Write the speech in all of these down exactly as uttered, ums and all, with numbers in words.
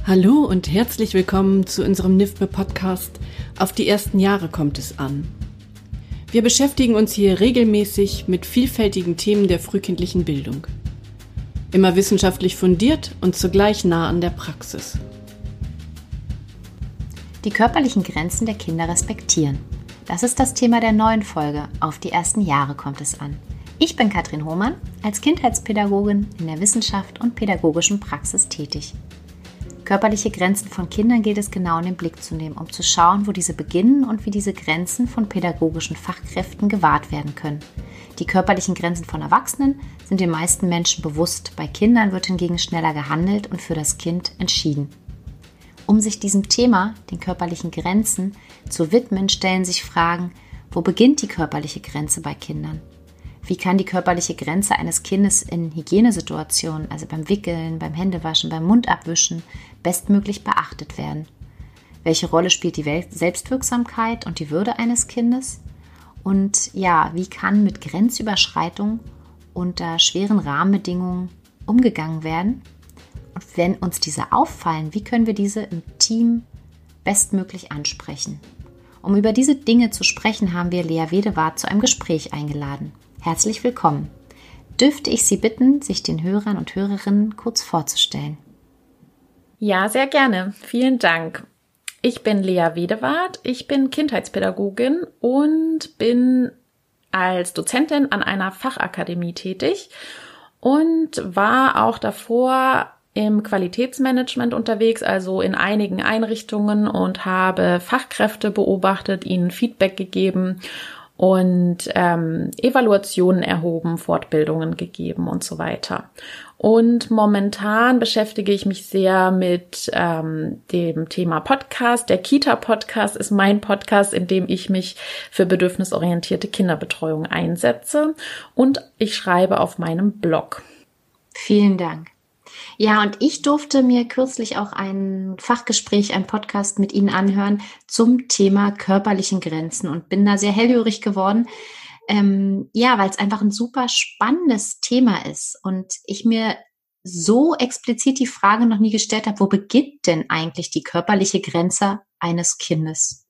Hallo und herzlich willkommen zu unserem N I F B-Podcast Auf die ersten Jahre kommt es an. Wir beschäftigen uns hier regelmäßig mit vielfältigen Themen der frühkindlichen Bildung. Immer wissenschaftlich fundiert und zugleich nah an der Praxis. Die körperlichen Grenzen der Kinder respektieren. Das ist das Thema der neuen Folge Auf die ersten Jahre kommt es an. Ich bin Katrin Hohmann, als Kindheitspädagogin in der Wissenschaft und pädagogischen Praxis tätig. Körperliche Grenzen von Kindern gilt es genau in den Blick zu nehmen, um zu schauen, wo diese beginnen und wie diese Grenzen von pädagogischen Fachkräften gewahrt werden können. Die körperlichen Grenzen von Erwachsenen sind den meisten Menschen bewusst, bei Kindern wird hingegen schneller gehandelt und für das Kind entschieden. Um sich diesem Thema, den körperlichen Grenzen, zu widmen, stellen sich Fragen, wo beginnt die körperliche Grenze bei Kindern? Wie kann die körperliche Grenze eines Kindes in Hygienesituationen, also beim Wickeln, beim Händewaschen, beim Mundabwischen, bestmöglich beachtet werden? Welche Rolle spielt die Selbstwirksamkeit und die Würde eines Kindes? Und ja, wie kann mit Grenzüberschreitung unter schweren Rahmenbedingungen umgegangen werden? Und wenn uns diese auffallen, wie können wir diese im Team bestmöglich ansprechen? Um über diese Dinge zu sprechen, haben wir Lea Wedewart zu einem Gespräch eingeladen. Herzlich willkommen. Dürfte ich Sie bitten, sich den Hörern und Hörerinnen kurz vorzustellen? Ja, sehr gerne. Vielen Dank. Ich bin Lea Wedewart. Ich bin Kindheitspädagogin und bin als Dozentin an einer Fachakademie tätig und war auch davor im Qualitätsmanagement unterwegs, also in einigen Einrichtungen, und habe Fachkräfte beobachtet, ihnen Feedback gegeben und ähm, Evaluationen erhoben, Fortbildungen gegeben und so weiter. Und momentan beschäftige ich mich sehr mit ähm, dem Thema Podcast. Der Kita-Podcast ist mein Podcast, in dem ich mich für bedürfnisorientierte Kinderbetreuung einsetze, und ich schreibe auf meinem Blog. Vielen Dank. Ja, und ich durfte mir kürzlich auch ein Fachgespräch, ein Podcast mit Ihnen anhören zum Thema körperlichen Grenzen und bin da sehr hellhörig geworden. Ähm, ja, weil es einfach ein super spannendes Thema ist und ich mir so explizit die Frage noch nie gestellt habe, wo beginnt denn eigentlich die körperliche Grenze eines Kindes?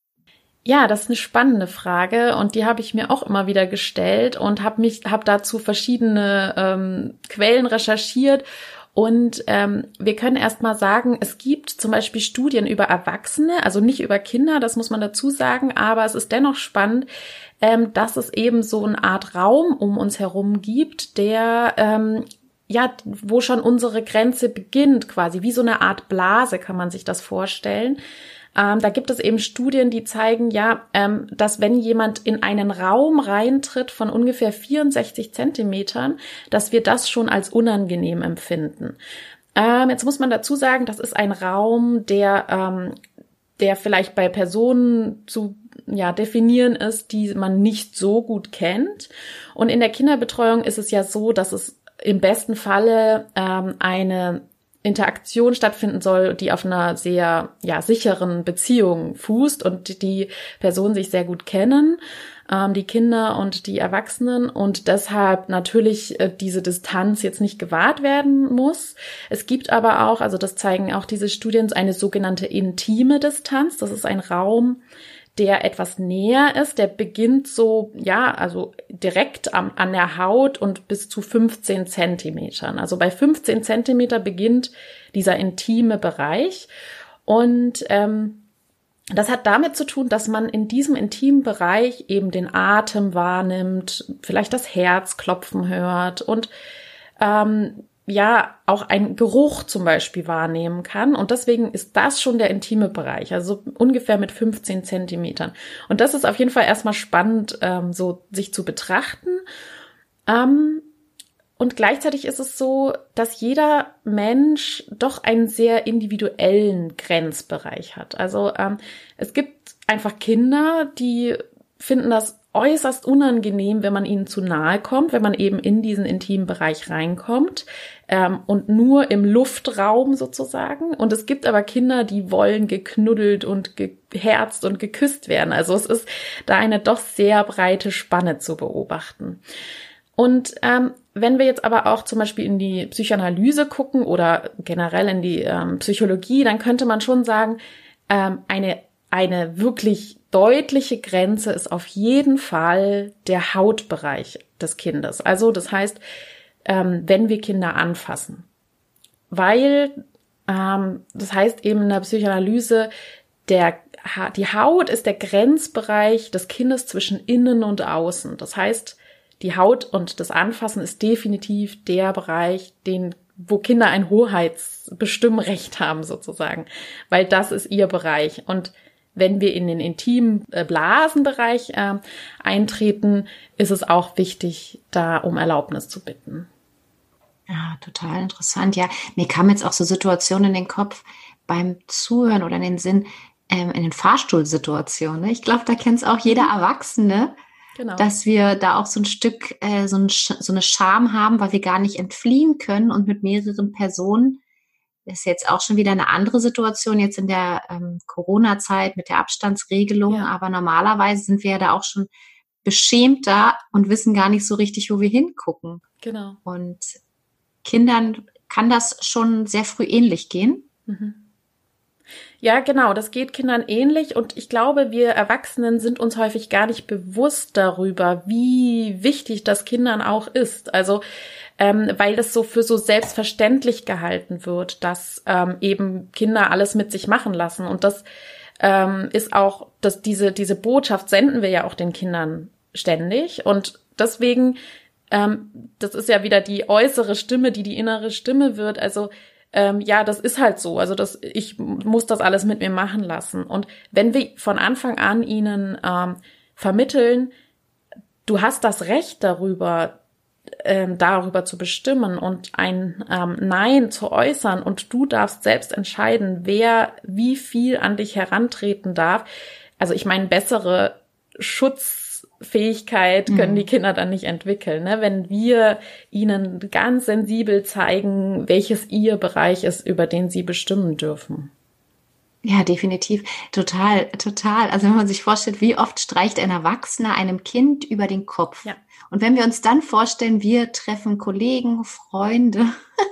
Ja, das ist eine spannende Frage und die habe ich mir auch immer wieder gestellt und habe mich, habe dazu verschiedene ähm, Quellen recherchiert. Und ähm, wir können erst mal sagen, es gibt zum Beispiel Studien über Erwachsene, also nicht über Kinder, das muss man dazu sagen, aber es ist dennoch spannend, ähm, dass es eben so eine Art Raum um uns herum gibt, der ähm, ja, wo schon unsere Grenze beginnt, quasi wie so eine Art Blase, kann man sich das vorstellen. Ähm, da gibt es eben Studien, die zeigen, ja, ähm, dass wenn jemand in einen Raum reintritt von ungefähr vierundsechzig Zentimetern, dass wir das schon als unangenehm empfinden. Ähm, jetzt muss man dazu sagen, das ist ein Raum, der, ähm, der vielleicht bei Personen zu ja, definieren ist, die man nicht so gut kennt. Und in der Kinderbetreuung ist es ja so, dass es im besten Falle ähm, eine Interaktion stattfinden soll, die auf einer sehr ja sicheren Beziehung fußt und die Personen sich sehr gut kennen, ähm, die Kinder und die Erwachsenen, und deshalb natürlich äh, diese Distanz jetzt nicht gewahrt werden muss. Es gibt aber auch, also das zeigen auch diese Studien, eine sogenannte intime Distanz. Das ist ein Raum, der etwas näher ist, der beginnt so, ja, also direkt am, an der Haut und bis zu fünfzehn Zentimetern. Also bei fünfzehn Zentimeter beginnt dieser intime Bereich. Und ähm, das hat damit zu tun, dass man in diesem intimen Bereich eben den Atem wahrnimmt, vielleicht das Herz klopfen hört und ähm, ja auch einen Geruch zum Beispiel wahrnehmen kann. Und deswegen ist das schon der intime Bereich, also ungefähr mit fünfzehn Zentimetern. Und das ist auf jeden Fall erstmal spannend, ähm, so sich zu betrachten. Ähm, und gleichzeitig ist es so, dass jeder Mensch doch einen sehr individuellen Grenzbereich hat. Also ähm, es gibt einfach Kinder, die finden das äußerst unangenehm, wenn man ihnen zu nahe kommt, wenn man eben in diesen intimen Bereich reinkommt ähm, und nur im Luftraum sozusagen. Und es gibt aber Kinder, die wollen geknuddelt und geherzt und geküsst werden. Also es ist da eine doch sehr breite Spanne zu beobachten. Und ähm, wenn wir jetzt aber auch zum Beispiel in die Psychoanalyse gucken oder generell in die ähm, Psychologie, dann könnte man schon sagen, ähm, eine, eine wirklich deutliche Grenze ist auf jeden Fall der Hautbereich des Kindes. Also das heißt, ähm, wenn wir Kinder anfassen. Weil, ähm, das heißt eben in der Psychoanalyse, der, die Haut ist der Grenzbereich des Kindes zwischen innen und außen. Das heißt, die Haut und das Anfassen ist definitiv der Bereich, den, wo Kinder ein Hoheitsbestimmrecht haben sozusagen, weil das ist ihr Bereich. Und wenn wir in den intimen Blasenbereich äh, eintreten, ist es auch wichtig, da um Erlaubnis zu bitten. Ja, total interessant. Ja, mir kamen jetzt auch so Situationen in den Kopf beim Zuhören oder in den Sinn, ähm, in den Fahrstuhlsituationen. Ich glaube, da kennt es auch jeder Erwachsene. Genau. Dass wir da auch so ein Stück, äh, so, ein, so eine Scham haben, weil wir gar nicht entfliehen können und mit mehreren Personen, das ist jetzt auch schon wieder eine andere Situation, jetzt in der ähm, Corona-Zeit mit der Abstandsregelung, ja. Aber normalerweise sind wir ja da auch schon beschämt da und wissen gar nicht so richtig, wo wir hingucken. Genau. Und Kindern kann das schon sehr früh ähnlich gehen. Mhm. Ja, genau, das geht Kindern ähnlich und ich glaube, wir Erwachsenen sind uns häufig gar nicht bewusst darüber, wie wichtig das Kindern auch ist. Also, ähm, weil das so für so selbstverständlich gehalten wird, dass ähm, eben Kinder alles mit sich machen lassen und das ähm, ist auch, dass diese diese Botschaft senden wir ja auch den Kindern ständig und deswegen, ähm, das ist ja wieder die äußere Stimme, die die innere Stimme wird, also Ähm, ja, das ist halt so. Also das, ich muss das alles mit mir machen lassen. Und wenn wir von Anfang an ihnen ähm, vermitteln, du hast das Recht darüber, ähm, darüber zu bestimmen und ein ähm, Nein zu äußern und du darfst selbst entscheiden, wer wie viel an dich herantreten darf. Also ich meine, bessere Schutzfähigkeit können die Kinder dann nicht entwickeln, ne? Wenn wir ihnen ganz sensibel zeigen, welches ihr Bereich ist, über den sie bestimmen dürfen. Ja, definitiv. Total, total. Also wenn man sich vorstellt, wie oft streicht ein Erwachsener einem Kind über den Kopf. Ja. Und wenn wir uns dann vorstellen, wir treffen Kollegen, Freunde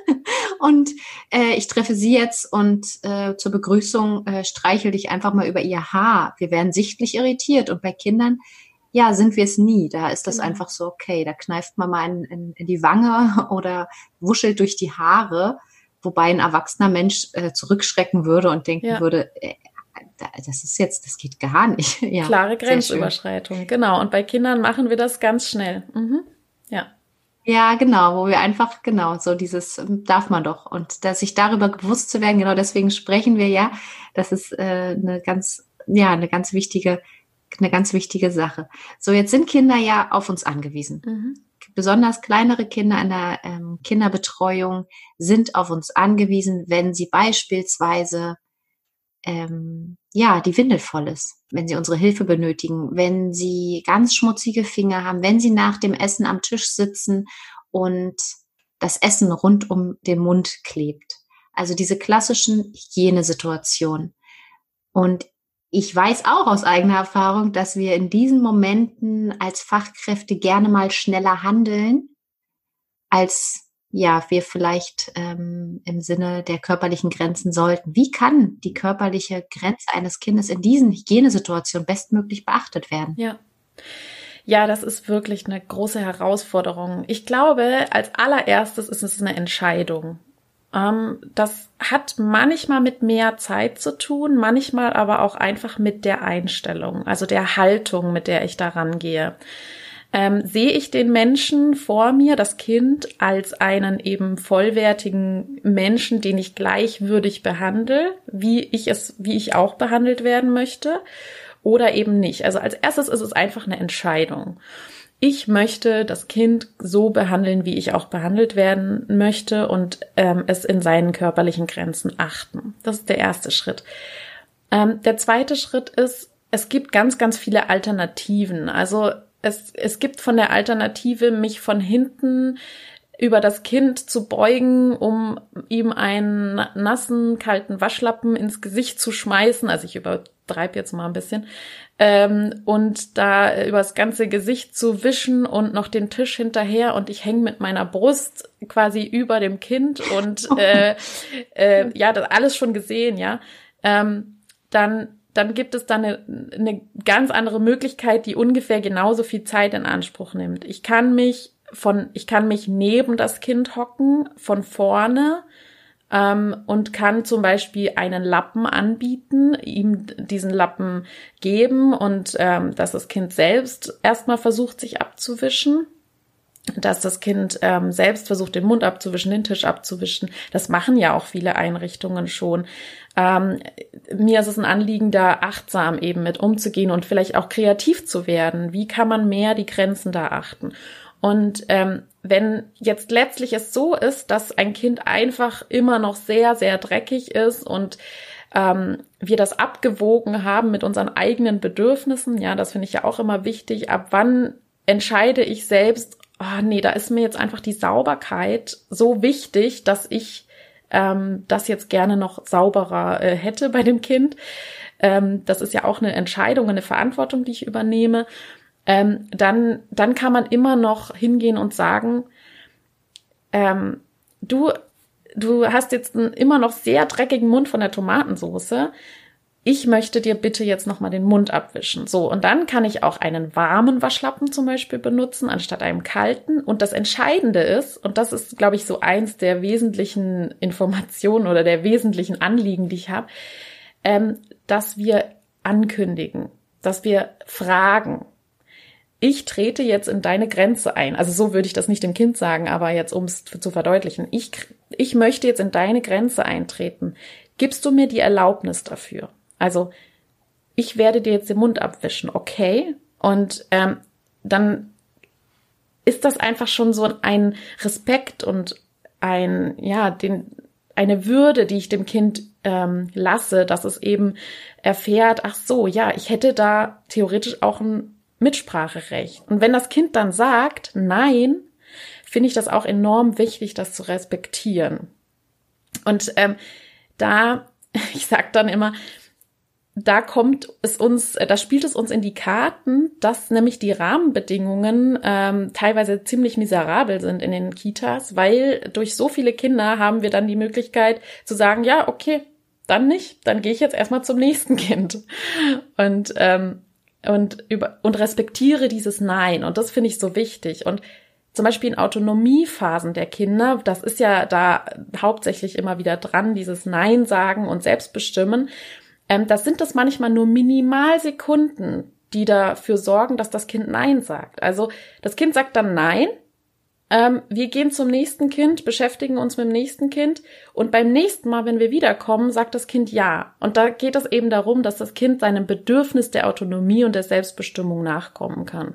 und äh, ich treffe sie jetzt und äh, zur Begrüßung äh, streichel dich einfach mal über ihr Haar. Wir werden sichtlich irritiert und bei Kindern, ja, sind wir es nie. Da ist das genau. einfach so, okay, da kneift man mal in, in, in die Wange oder wuschelt durch die Haare, wobei ein erwachsener Mensch äh, zurückschrecken würde und denken ja. würde, äh, das ist jetzt, das geht gar nicht. Ja, klare Grenzüberschreitung, genau. Und bei Kindern machen wir das ganz schnell. Mhm. Ja. Ja, genau, wo wir einfach, genau, so dieses darf man doch. Und dass sich darüber bewusst zu werden, genau deswegen sprechen wir ja, das ist äh, eine ganz, ja, eine ganz wichtige, eine ganz wichtige Sache. So, jetzt sind Kinder ja auf uns angewiesen. Mhm. Besonders kleinere Kinder in der ähm, Kinderbetreuung sind auf uns angewiesen, wenn sie beispielsweise ähm, ja, die Windel voll ist, wenn sie unsere Hilfe benötigen, wenn sie ganz schmutzige Finger haben, wenn sie nach dem Essen am Tisch sitzen und das Essen rund um den Mund klebt. Also diese klassischen Hygienesituationen. Und ich weiß auch aus eigener Erfahrung, dass wir in diesen Momenten als Fachkräfte gerne mal schneller handeln, als ja, wir vielleicht ähm, im Sinne der körperlichen Grenzen sollten. Wie kann die körperliche Grenze eines Kindes in diesen Hygienesituationen bestmöglich beachtet werden? Ja. Ja, das ist wirklich eine große Herausforderung. Ich glaube, als allererstes ist es eine Entscheidung. Ähm, das hat manchmal mit mehr Zeit zu tun, manchmal aber auch einfach mit der Einstellung, also der Haltung, mit der ich da rangehe. Ähm, sehe ich den Menschen vor mir, das Kind, als einen eben vollwertigen Menschen, den ich gleichwürdig behandle, wie ich es, wie ich auch behandelt werden möchte, oder eben nicht. Also als erstes ist es einfach eine Entscheidung. Ich möchte das Kind so behandeln, wie ich auch behandelt werden möchte und ähm, es in seinen körperlichen Grenzen achten. Das ist der erste Schritt. Ähm, der zweite Schritt ist, es gibt ganz, ganz viele Alternativen. Also Es, es gibt von der Alternative, mich von hinten über das Kind zu beugen, um ihm einen nassen, kalten Waschlappen ins Gesicht zu schmeißen. Also ich übertreibe jetzt mal ein bisschen. Ähm, und da übers ganze Gesicht zu wischen und noch den Tisch hinterher. Und ich hänge mit meiner Brust quasi über dem Kind und äh, äh, ja, das alles schon gesehen, ja. Ähm, dann dann gibt es dann eine, eine ganz andere Möglichkeit, die ungefähr genauso viel Zeit in Anspruch nimmt. Ich kann mich von, ich kann mich neben das Kind hocken, von vorne, ähm, und kann zum Beispiel einen Lappen anbieten, ihm diesen Lappen geben und ähm, dass das Kind selbst erstmal versucht, sich abzuwischen. Dass das Kind ähm, selbst versucht, den Mund abzuwischen, den Tisch abzuwischen. Das machen ja auch viele Einrichtungen schon. Ähm, mir ist es ein Anliegen, da achtsam eben mit umzugehen und vielleicht auch kreativ zu werden. Wie kann man mehr die Grenzen da achten? Und ähm, wenn jetzt letztlich es so ist, dass ein Kind einfach immer noch sehr, sehr dreckig ist und ähm, wir das abgewogen haben mit unseren eigenen Bedürfnissen, ja, das finde ich ja auch immer wichtig. Ab wann entscheide ich selbst, oh nee, da ist mir jetzt einfach die Sauberkeit so wichtig, dass ich ähm, das jetzt gerne noch sauberer äh, hätte bei dem Kind. Ähm, das ist ja auch eine Entscheidung, eine Verantwortung, die ich übernehme. Ähm, dann, dann kann man immer noch hingehen und sagen, ähm, du, du hast jetzt einen immer noch sehr dreckigen Mund von der Tomatensauce. Ich möchte dir bitte jetzt nochmal den Mund abwischen. So, und dann kann ich auch einen warmen Waschlappen zum Beispiel benutzen, anstatt einem kalten. Und das Entscheidende ist, und das ist, glaube ich, so eins der wesentlichen Informationen oder der wesentlichen Anliegen, die ich habe, ähm, dass wir ankündigen, dass wir fragen. Ich trete jetzt in deine Grenze ein. Also so würde ich das nicht dem Kind sagen, aber jetzt, um es zu verdeutlichen. Ich, ich möchte jetzt in deine Grenze eintreten. Gibst du mir die Erlaubnis dafür? Also, ich werde dir jetzt den Mund abwischen, okay? Und ähm, dann ist das einfach schon so ein Respekt und ein, ja, den, eine Würde, die ich dem Kind ähm, lasse, dass es eben erfährt, ach so, ja, ich hätte da theoretisch auch ein Mitspracherecht. Und wenn das Kind dann sagt, nein, finde ich das auch enorm wichtig, das zu respektieren. Und ähm, da, ich sag dann immer, da kommt es uns, da spielt es uns in die Karten, dass nämlich die Rahmenbedingungen ähm, teilweise ziemlich miserabel sind in den Kitas, weil durch so viele Kinder haben wir dann die Möglichkeit zu sagen, ja, okay, dann nicht, dann gehe ich jetzt erstmal zum nächsten Kind und ähm, und über und respektiere dieses Nein. Und das finde ich so wichtig. Und zum Beispiel in Autonomiephasen der Kinder, das ist ja da hauptsächlich immer wieder dran, dieses Nein sagen und Selbstbestimmen. Ähm, das sind das manchmal nur Minimalsekunden, die dafür sorgen, dass das Kind Nein sagt. Also das Kind sagt dann Nein. Ähm, wir gehen zum nächsten Kind, beschäftigen uns mit dem nächsten Kind und beim nächsten Mal, wenn wir wiederkommen, sagt das Kind Ja. Und da geht es eben darum, dass das Kind seinem Bedürfnis der Autonomie und der Selbstbestimmung nachkommen kann.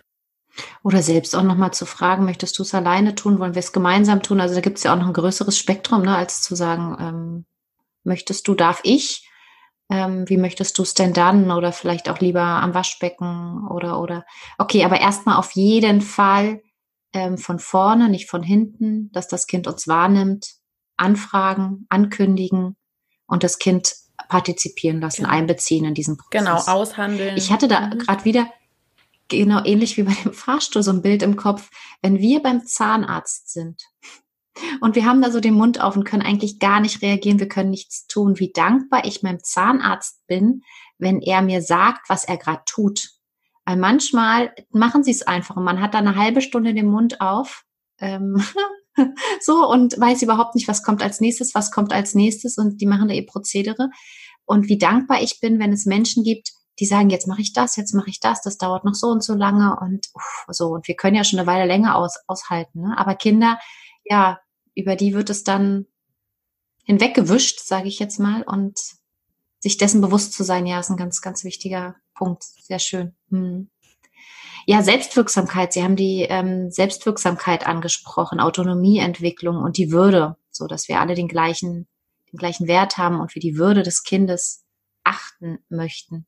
Oder selbst auch nochmal zu fragen, möchtest du es alleine tun, wollen wir es gemeinsam tun? Also da gibt es ja auch noch ein größeres Spektrum, ne, als zu sagen, ähm, möchtest du, darf ich? Ähm, wie möchtest du es denn dann? Oder vielleicht auch lieber am Waschbecken oder, oder. Okay, aber erstmal auf jeden Fall ähm, von vorne, nicht von hinten, dass das Kind uns wahrnimmt, anfragen, ankündigen und das Kind partizipieren lassen, genau. Einbeziehen in diesen Prozess. Genau, aushandeln. Ich hatte da mhm. gerade wieder, genau ähnlich wie bei dem Fahrstuhl, so ein Bild im Kopf, wenn wir beim Zahnarzt sind und wir haben da so den Mund auf und können eigentlich gar nicht reagieren, wir können nichts tun, wie dankbar ich meinem Zahnarzt bin, wenn er mir sagt, was er gerade tut. Weil manchmal machen sie es einfach und man hat da eine halbe Stunde den Mund auf, ähm, so, und weiß überhaupt nicht, was kommt als nächstes, was kommt als nächstes und die machen da ihr Prozedere. Und wie dankbar ich bin, wenn es Menschen gibt, die sagen, jetzt mache ich das, jetzt mache ich das, das dauert noch so und so lange und uff, so. Und wir können ja schon eine Weile länger aus, aushalten. Ne? Aber Kinder, ja, über die wird es dann hinweggewischt, sage ich jetzt mal. Und sich dessen bewusst zu sein, ja, ist ein ganz, ganz wichtiger Punkt. Sehr schön. Hm. Ja, Selbstwirksamkeit. Sie haben die ähm, Selbstwirksamkeit angesprochen, Autonomieentwicklung und die Würde, so dass wir alle den gleichen, den gleichen Wert haben und wir die Würde des Kindes achten möchten.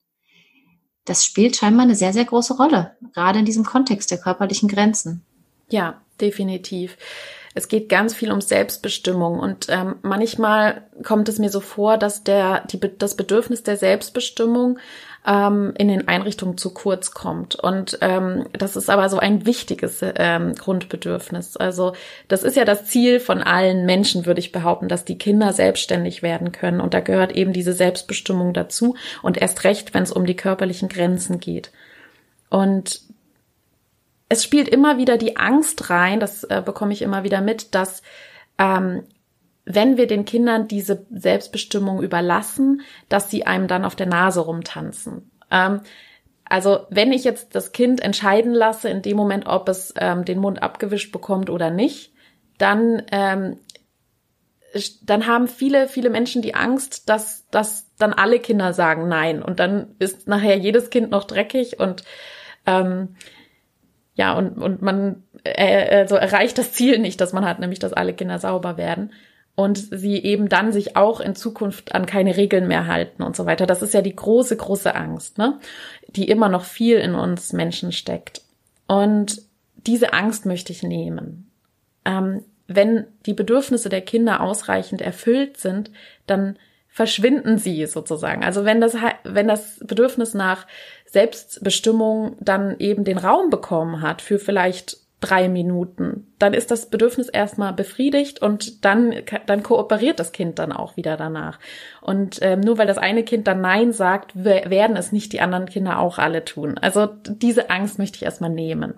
Das spielt scheinbar eine sehr, sehr große Rolle, gerade in diesem Kontext der körperlichen Grenzen. Ja, definitiv. Es geht ganz viel um Selbstbestimmung und ähm, manchmal kommt es mir so vor, dass der die das Bedürfnis der Selbstbestimmung ähm, in den Einrichtungen zu kurz kommt. Und ähm, das ist aber so ein wichtiges ähm, Grundbedürfnis. Also das ist ja das Ziel von allen Menschen, würde ich behaupten, dass die Kinder selbstständig werden können. Und da gehört eben diese Selbstbestimmung dazu und erst recht, wenn es um die körperlichen Grenzen geht. Und es spielt immer wieder die Angst rein, das äh, bekomme ich immer wieder mit, dass ähm, wenn wir den Kindern diese Selbstbestimmung überlassen, dass sie einem dann auf der Nase rumtanzen. Ähm, also wenn ich jetzt das Kind entscheiden lasse, in dem Moment, ob es ähm, den Mund abgewischt bekommt oder nicht, dann, ähm, dann haben viele, viele Menschen die Angst, dass, dass dann alle Kinder sagen nein. Und dann ist nachher jedes Kind noch dreckig und ähm, ja, und, und man äh, also erreicht das Ziel nicht, das man hat, nämlich, dass alle Kinder sauber werden. Und sie eben dann sich auch in Zukunft an keine Regeln mehr halten und so weiter. Das ist ja die große, große Angst, ne, die immer noch viel in uns Menschen steckt. Und diese Angst möchte ich nehmen. Ähm, wenn die Bedürfnisse der Kinder ausreichend erfüllt sind, dann verschwinden sie sozusagen. Also wenn das, wenn das Bedürfnis nach Selbstbestimmung dann eben den Raum bekommen hat für vielleicht drei Minuten, dann ist das Bedürfnis erstmal befriedigt und dann dann kooperiert das Kind dann auch wieder danach. Und ähm, nur weil das eine Kind dann Nein sagt, werden es nicht die anderen Kinder auch alle tun. Also diese Angst möchte ich erstmal nehmen.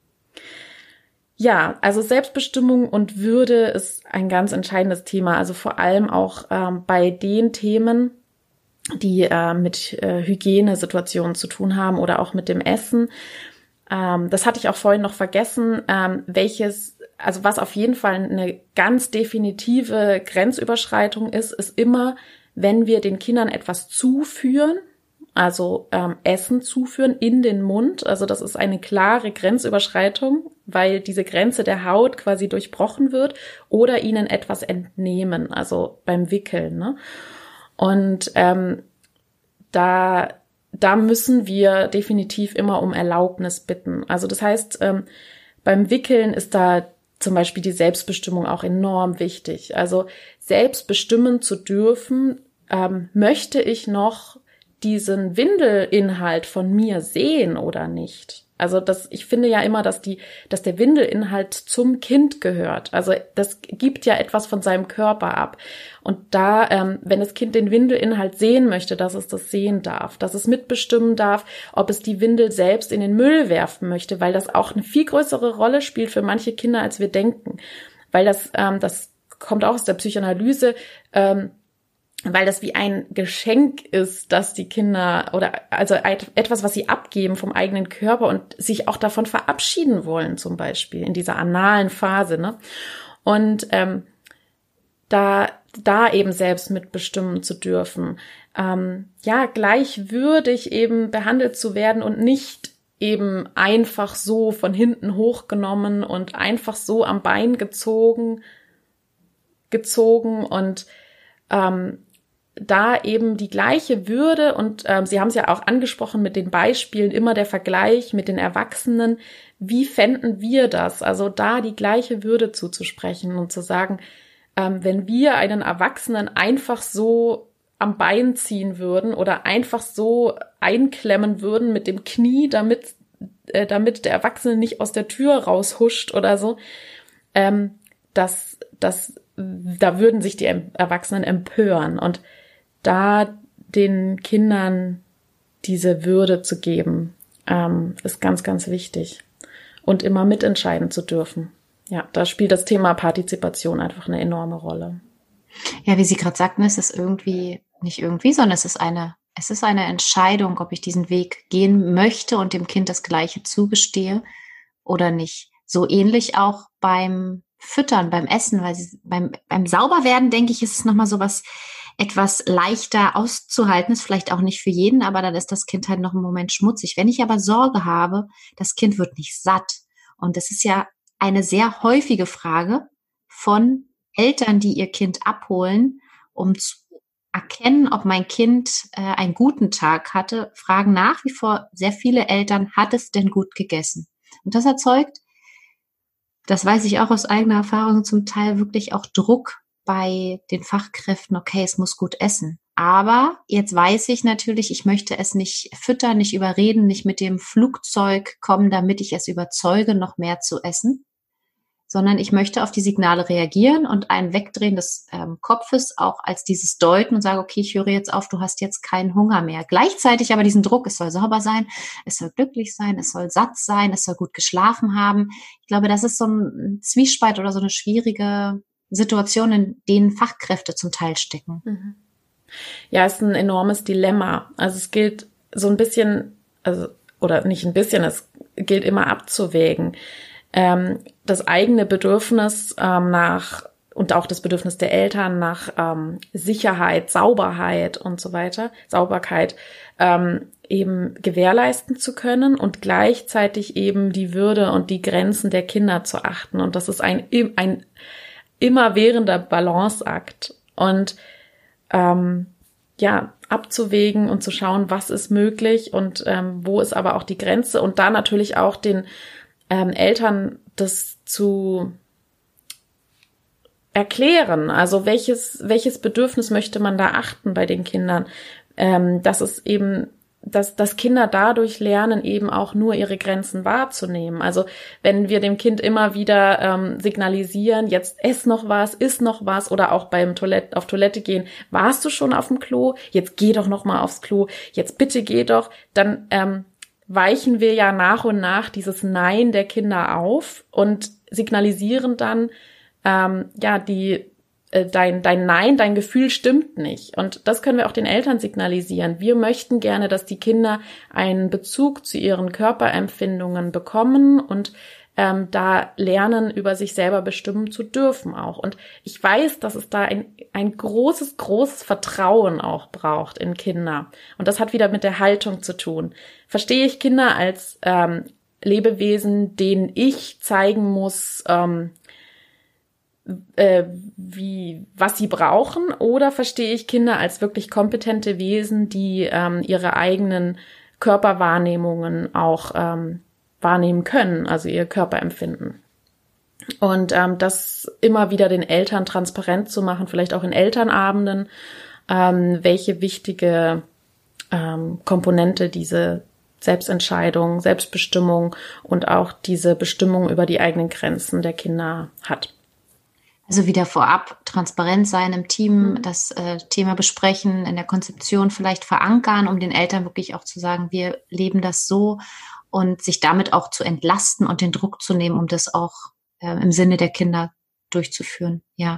Ja, also Selbstbestimmung und Würde ist ein ganz entscheidendes Thema. Also vor allem auch ähm, bei den Themen, die äh, mit äh, Hygienesituationen zu tun haben oder auch mit dem Essen. Ähm, das hatte ich auch vorhin noch vergessen, ähm, welches, also was auf jeden Fall eine ganz definitive Grenzüberschreitung ist, ist immer, wenn wir den Kindern etwas zuführen, also ähm, Essen zuführen in den Mund. Also das ist eine klare Grenzüberschreitung, weil diese Grenze der Haut quasi durchbrochen wird oder ihnen etwas entnehmen, also beim Wickeln, ne? Und ähm, da Da müssen wir definitiv immer um Erlaubnis bitten. Also das heißt, ähm, beim Wickeln ist da zum Beispiel die Selbstbestimmung auch enorm wichtig. Also selbst bestimmen zu dürfen, ähm, möchte ich noch diesen Windelinhalt von mir sehen oder nicht? Also das, ich finde ja immer, dass die, dass der Windelinhalt zum Kind gehört. Also das gibt ja etwas von seinem Körper ab. Und da, ähm, wenn das Kind den Windelinhalt sehen möchte, dass es das sehen darf, dass es mitbestimmen darf, ob es die Windel selbst in den Müll werfen möchte, weil das auch eine viel größere Rolle spielt für manche Kinder, als wir denken. Weil das, ähm, das kommt auch aus der Psychoanalyse, ähm, weil das wie ein Geschenk ist, dass die Kinder oder also etwas, was sie abgeben vom eigenen Körper und sich auch davon verabschieden wollen, zum Beispiel in dieser analen Phase, ne? Und ähm, da da eben selbst mitbestimmen zu dürfen, ähm, ja, gleichwürdig eben behandelt zu werden und nicht eben einfach so von hinten hochgenommen und einfach so am Bein gezogen, gezogen und ähm, da eben die gleiche Würde und ähm, Sie haben es ja auch angesprochen mit den Beispielen, immer der Vergleich mit den Erwachsenen. Wie fänden wir das? Also da die gleiche Würde zuzusprechen und zu sagen, ähm, wenn wir einen Erwachsenen einfach so am Bein ziehen würden oder einfach so einklemmen würden mit dem Knie, damit äh, damit der Erwachsene nicht aus der Tür raushuscht oder so, ähm, das, das, da würden sich die Erwachsenen empören und da den Kindern diese Würde zu geben, ähm, ist ganz, ganz wichtig. Und immer mitentscheiden zu dürfen. Ja, da spielt das Thema Partizipation einfach eine enorme Rolle. Ja, wie Sie gerade sagten, es ist irgendwie, nicht irgendwie, sondern es ist eine, es ist eine Entscheidung, ob ich diesen Weg gehen möchte und dem Kind das Gleiche zugestehe oder nicht. So ähnlich auch beim Füttern, beim Essen, weil sie, beim, beim Sauberwerden, denke ich, ist es nochmal so was, etwas leichter auszuhalten, ist vielleicht auch nicht für jeden, aber dann ist das Kind halt noch einen Moment schmutzig. Wenn ich aber Sorge habe, das Kind wird nicht satt. Und das ist ja eine sehr häufige Frage von Eltern, die ihr Kind abholen, um zu erkennen, ob mein Kind äh, einen guten Tag hatte, fragen nach wie vor sehr viele Eltern, hat es denn gut gegessen? Und das erzeugt das weiß ich auch aus eigener Erfahrung, zum Teil wirklich auch Druck bei den Fachkräften, okay, es muss gut essen. Aber jetzt weiß ich natürlich, ich möchte es nicht füttern, nicht überreden, nicht mit dem Flugzeug kommen, damit ich es überzeuge, noch mehr zu essen, sondern ich möchte auf die Signale reagieren und ein Wegdrehen des ähm, Kopfes auch als dieses deuten und sage, okay, ich höre jetzt auf, du hast jetzt keinen Hunger mehr. Gleichzeitig aber diesen Druck, es soll sauber sein, es soll glücklich sein, es soll satt sein, es soll gut geschlafen haben. Ich glaube, das ist so ein Zwiespalt oder so eine schwierige Situation, in denen Fachkräfte zum Teil stecken. Mhm. Ja, es ist ein enormes Dilemma. Also es gilt so ein bisschen, also oder nicht ein bisschen, es gilt immer abzuwägen. Ähm, das eigene Bedürfnis ähm, nach und auch das Bedürfnis der Eltern nach ähm, Sicherheit, Sauberheit und so weiter, Sauberkeit ähm, eben gewährleisten zu können und gleichzeitig eben die Würde und die Grenzen der Kinder zu achten. Und das ist ein, ein immerwährender Balanceakt. Und ähm, ja, abzuwägen und zu schauen, was ist möglich und ähm, wo ist aber auch die Grenze und da natürlich auch den ähm, Eltern das zu erklären. Also welches welches Bedürfnis möchte man da achten bei den Kindern? Ähm, dass es eben dass, dass Kinder dadurch lernen, eben auch nur ihre Grenzen wahrzunehmen. Also wenn wir dem Kind immer wieder ähm, signalisieren, jetzt ess noch was, iss noch was oder auch beim Toilette, auf Toilette gehen, warst du schon auf dem Klo? Jetzt geh doch noch mal aufs Klo, jetzt bitte geh doch. Dann ähm, weichen wir ja nach und nach dieses Nein der Kinder auf und signalisieren dann, ähm, ja, die Dein, dein Nein, dein Gefühl stimmt nicht. Und das können wir auch den Eltern signalisieren. Wir möchten gerne, dass die Kinder einen Bezug zu ihren Körperempfindungen bekommen und ähm, da lernen, über sich selber bestimmen zu dürfen auch. Und ich weiß, dass es da ein, ein großes, großes Vertrauen auch braucht in Kinder. Und das hat wieder mit der Haltung zu tun. Verstehe ich Kinder als ähm, Lebewesen, denen ich zeigen muss, ähm, Äh, wie was sie brauchen, oder verstehe ich Kinder als wirklich kompetente Wesen, die ähm, ihre eigenen Körperwahrnehmungen auch ähm, wahrnehmen können, also ihr Körperempfinden. Und ähm, das immer wieder den Eltern transparent zu machen, vielleicht auch in Elternabenden, ähm, welche wichtige ähm, Komponente diese Selbstentscheidung, Selbstbestimmung und auch diese Bestimmung über die eigenen Grenzen der Kinder hat. Also wieder vorab transparent sein im Team, das äh, Thema besprechen, in der Konzeption vielleicht verankern, um den Eltern wirklich auch zu sagen, wir leben das so und sich damit auch zu entlasten und den Druck zu nehmen, um das auch äh, im Sinne der Kinder durchzuführen. Ja.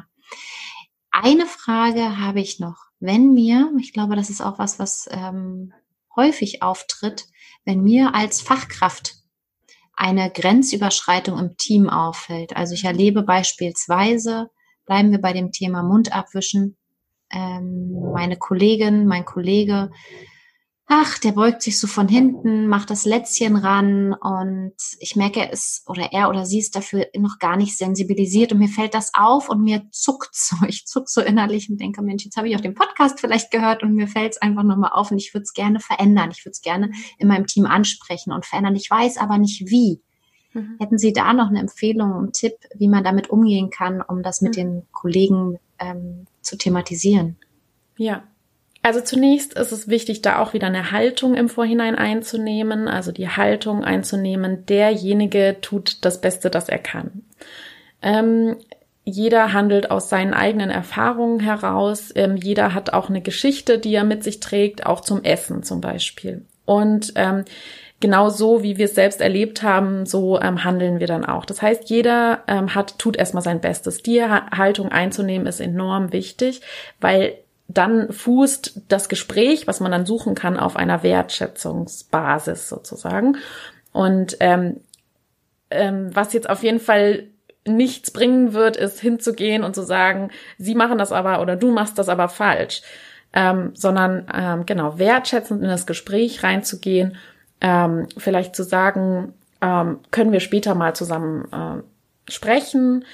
Eine Frage habe ich noch. Wenn mir, ich glaube, das ist auch was, was ähm, häufig auftritt, wenn mir als Fachkraft eine Grenzüberschreitung im Team auffällt. Also ich erlebe beispielsweise, bleiben wir bei dem Thema Mund abwischen, ähm, meine Kollegin, mein Kollege, ach, der beugt sich so von hinten, macht das Lätzchen ran und ich merke, er ist oder er oder sie ist dafür noch gar nicht sensibilisiert und mir fällt das auf und mir zuckt so, ich zuck so innerlich und denke, Mensch, jetzt habe ich auch den Podcast vielleicht gehört und mir fällt es einfach nochmal auf und ich würde es gerne verändern, ich würde es gerne in meinem Team ansprechen und verändern, ich weiß aber nicht wie. Mhm. Hätten Sie da noch eine Empfehlung, einen Tipp, wie man damit umgehen kann, um das mit mhm. den Kollegen ähm, zu thematisieren? Ja. Also zunächst ist es wichtig, da auch wieder eine Haltung im Vorhinein einzunehmen, also die Haltung einzunehmen, derjenige tut das Beste, das er kann. Ähm, jeder handelt aus seinen eigenen Erfahrungen heraus, ähm, jeder hat auch eine Geschichte, die er mit sich trägt, auch zum Essen zum Beispiel. Und ähm, genau so, wie wir es selbst erlebt haben, so ähm, handeln wir dann auch. Das heißt, jeder ähm, hat tut erstmal sein Bestes. Die ha- Haltung einzunehmen ist enorm wichtig, weil dann fußt das Gespräch, was man dann suchen kann, auf einer Wertschätzungsbasis sozusagen. Und ähm, ähm, was jetzt auf jeden Fall nichts bringen wird, ist hinzugehen und zu sagen, Sie machen das aber oder du machst das aber falsch, ähm, sondern ähm, genau wertschätzend in das Gespräch reinzugehen, ähm, vielleicht zu sagen, ähm, können wir später mal zusammen äh, sprechen.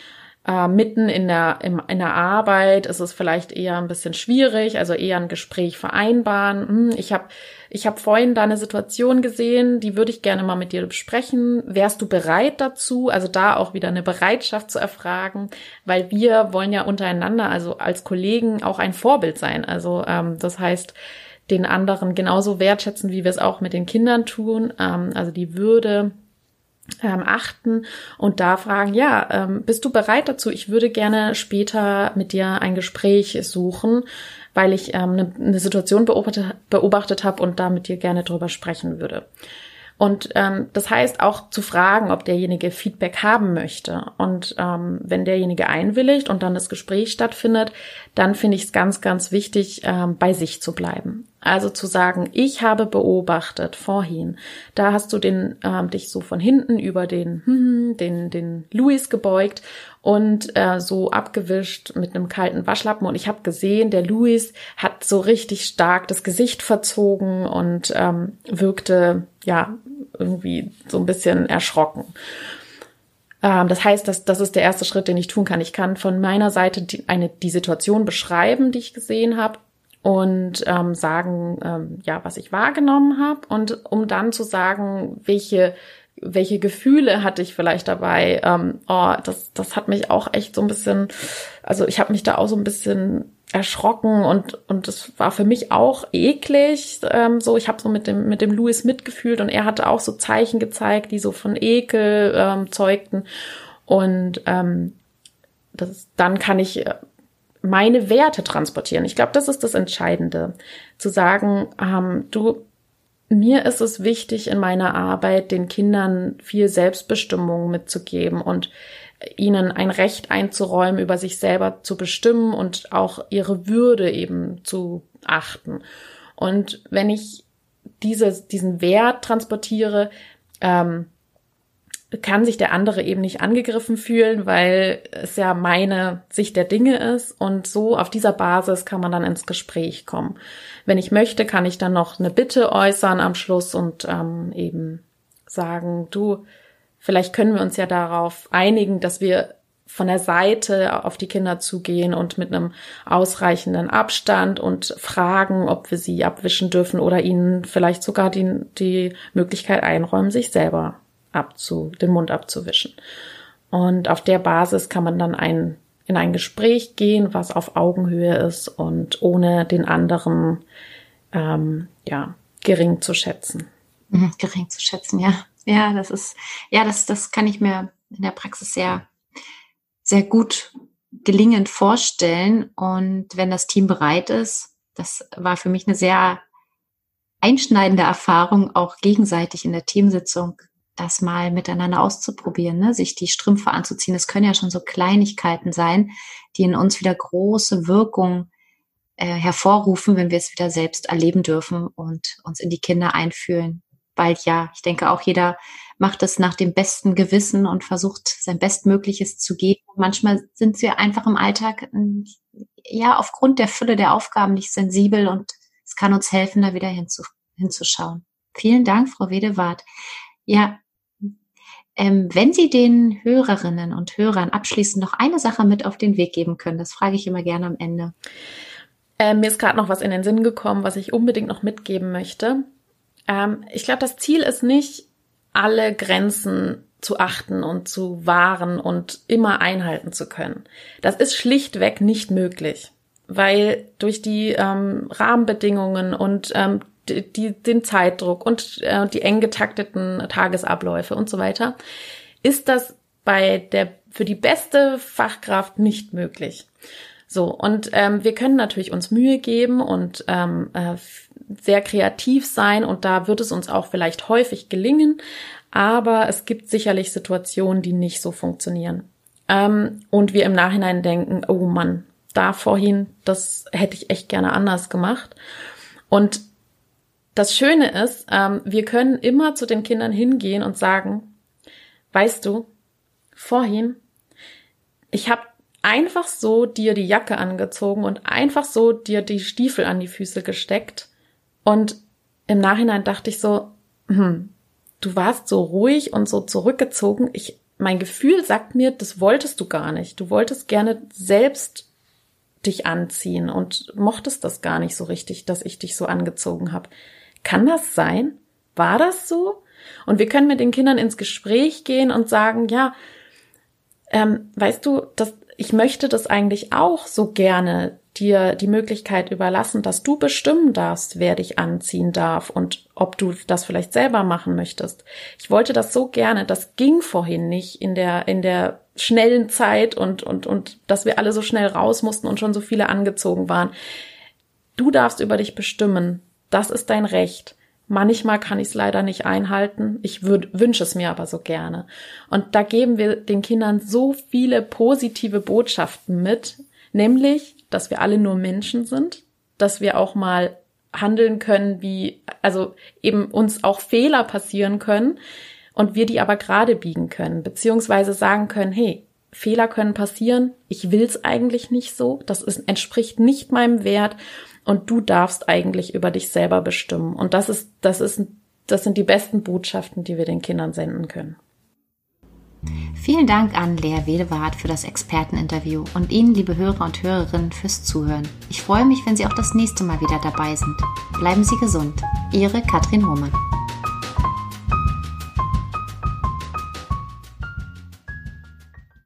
Äh, mitten in der, im, in der Arbeit ist es vielleicht eher ein bisschen schwierig, also eher ein Gespräch vereinbaren. Hm, ich habe ich hab vorhin da eine Situation gesehen, die würde ich gerne mal mit dir besprechen. Wärst du bereit dazu? Also da auch wieder eine Bereitschaft zu erfragen, weil wir wollen ja untereinander, also als Kollegen, auch ein Vorbild sein. Also ähm, das heißt, den anderen genauso wertschätzen, wie wir es auch mit den Kindern tun. Ähm, also die Würde Ähm, achten und da fragen, ja, ähm, bist du bereit dazu? Ich würde gerne später mit dir ein Gespräch suchen, weil ich ähm, eine, eine Situation beobachtet, beobachtet habe und da mit dir gerne drüber sprechen würde. Und ähm, das heißt auch zu fragen, ob derjenige Feedback haben möchte. Und ähm, wenn derjenige einwilligt und dann das Gespräch stattfindet, dann finde ich es ganz, ganz wichtig, ähm, bei sich zu bleiben. Also zu sagen, ich habe beobachtet vorhin, da hast du den ähm, dich so von hinten über den hm, den den Louis gebeugt und äh, so abgewischt mit einem kalten Waschlappen und ich habe gesehen, der Louis hat so richtig stark das Gesicht verzogen und ähm, wirkte ja irgendwie so ein bisschen erschrocken. Ähm, das heißt, das, das ist der erste Schritt, den ich tun kann. Ich kann von meiner Seite die, eine, die Situation beschreiben, die ich gesehen habe und ähm, sagen, ähm, ja, was ich wahrgenommen habe und um dann zu sagen, welche welche Gefühle hatte ich vielleicht dabei. Ähm, oh, das das hat mich auch echt so ein bisschen, also ich habe mich da auch so ein bisschen erschrocken und und das war für mich auch eklig. Ähm, so, ich habe so mit dem mit dem Louis mitgefühlt und er hatte auch so Zeichen gezeigt, die so von Ekel ähm, zeugten und ähm, das, dann kann ich meine Werte transportieren. Ich glaube, das ist das Entscheidende, zu sagen, ähm, du, mir ist es wichtig, in meiner Arbeit den Kindern viel Selbstbestimmung mitzugeben und ihnen ein Recht einzuräumen, über sich selber zu bestimmen und auch ihre Würde eben zu achten. Und wenn ich diese, diesen Wert transportiere, ähm, kann sich der andere eben nicht angegriffen fühlen, weil es ja meine Sicht der Dinge ist und so auf dieser Basis kann man dann ins Gespräch kommen. Wenn ich möchte, kann ich dann noch eine Bitte äußern am Schluss und ähm, eben sagen, du, vielleicht können wir uns ja darauf einigen, dass wir von der Seite auf die Kinder zugehen und mit einem ausreichenden Abstand und fragen, ob wir sie abwischen dürfen oder ihnen vielleicht sogar die, die Möglichkeit einräumen, sich selber abzu, den Mund abzuwischen. Und auf der Basis kann man dann ein, in ein Gespräch gehen, was auf Augenhöhe ist und ohne den anderen ähm, ja, gering zu schätzen. Mhm, gering zu schätzen, ja. Ja, das ist, ja, das, das kann ich mir in der Praxis sehr, sehr gut gelingend vorstellen. Und wenn das Team bereit ist, das war für mich eine sehr einschneidende Erfahrung, auch gegenseitig in der Teamsitzung das mal miteinander auszuprobieren, ne? Sich die Strümpfe anzuziehen. Das können ja schon so Kleinigkeiten sein, die in uns wieder große Wirkung äh, hervorrufen, wenn wir es wieder selbst erleben dürfen und uns in die Kinder einfühlen. Weil ja, ich denke auch jeder macht es nach dem besten Gewissen und versucht sein Bestmögliches zu geben. Manchmal sind wir einfach im Alltag ja aufgrund der Fülle der Aufgaben nicht sensibel und es kann uns helfen, da wieder hinzu, hinzuschauen. Vielen Dank, Frau Wedewart. Ja, ähm, wenn Sie den Hörerinnen und Hörern abschließend noch eine Sache mit auf den Weg geben können, das frage ich immer gerne am Ende. Ähm, mir ist gerade noch was in den Sinn gekommen, was ich unbedingt noch mitgeben möchte. Ähm, ich glaube, das Ziel ist nicht, alle Grenzen zu achten und zu wahren und immer einhalten zu können. Das ist schlichtweg nicht möglich, weil durch die ähm, Rahmenbedingungen und ähm, die, die, den Zeitdruck und äh, die eng getakteten Tagesabläufe und so weiter, ist das bei der für die beste Fachkraft nicht möglich. So, und ähm, wir können natürlich uns Mühe geben und ähm, äh, sehr kreativ sein und da wird es uns auch vielleicht häufig gelingen, aber es gibt sicherlich Situationen, die nicht so funktionieren. Ähm, und wir im Nachhinein denken, oh Mann, da vorhin, das hätte ich echt gerne anders gemacht. Und das Schöne ist, ähm, wir können immer zu den Kindern hingehen und sagen, weißt du, vorhin, ich habe einfach so dir die Jacke angezogen und einfach so dir die Stiefel an die Füße gesteckt und im Nachhinein dachte ich so, hm, du warst so ruhig und so zurückgezogen, ich mein Gefühl sagt mir, das wolltest du gar nicht. Du wolltest gerne selbst dich anziehen und mochtest das gar nicht so richtig, dass ich dich so angezogen habe. Kann das sein? War das so? Und wir können mit den Kindern ins Gespräch gehen und sagen, ja, ähm, weißt du, das, ich möchte das eigentlich auch so gerne dir die Möglichkeit überlassen, dass du bestimmen darfst, wer dich anziehen darf und ob du das vielleicht selber machen möchtest. Ich wollte das so gerne, das ging vorhin nicht in der in der schnellen Zeit und und und dass wir alle so schnell raus mussten und schon so viele angezogen waren. Du darfst über dich bestimmen. Das ist dein Recht. Manchmal kann ich es leider nicht einhalten. Ich würd, wünsche es mir aber so gerne. Und da geben wir den Kindern so viele positive Botschaften mit, nämlich, dass wir alle nur Menschen sind, dass wir auch mal handeln können, wie, also eben uns auch Fehler passieren können und wir die aber gerade biegen können, beziehungsweise sagen können, hey, Fehler können passieren, ich will's eigentlich nicht so, das ist, entspricht nicht meinem Wert und du darfst eigentlich über dich selber bestimmen. Und das ist, das ist, das sind die besten Botschaften, die wir den Kindern senden können. Vielen Dank an Lea Wedewart für das Experteninterview und Ihnen, liebe Hörer und Hörerinnen, fürs Zuhören. Ich freue mich, wenn Sie auch das nächste Mal wieder dabei sind. Bleiben Sie gesund. Ihre Katrin Hohmann.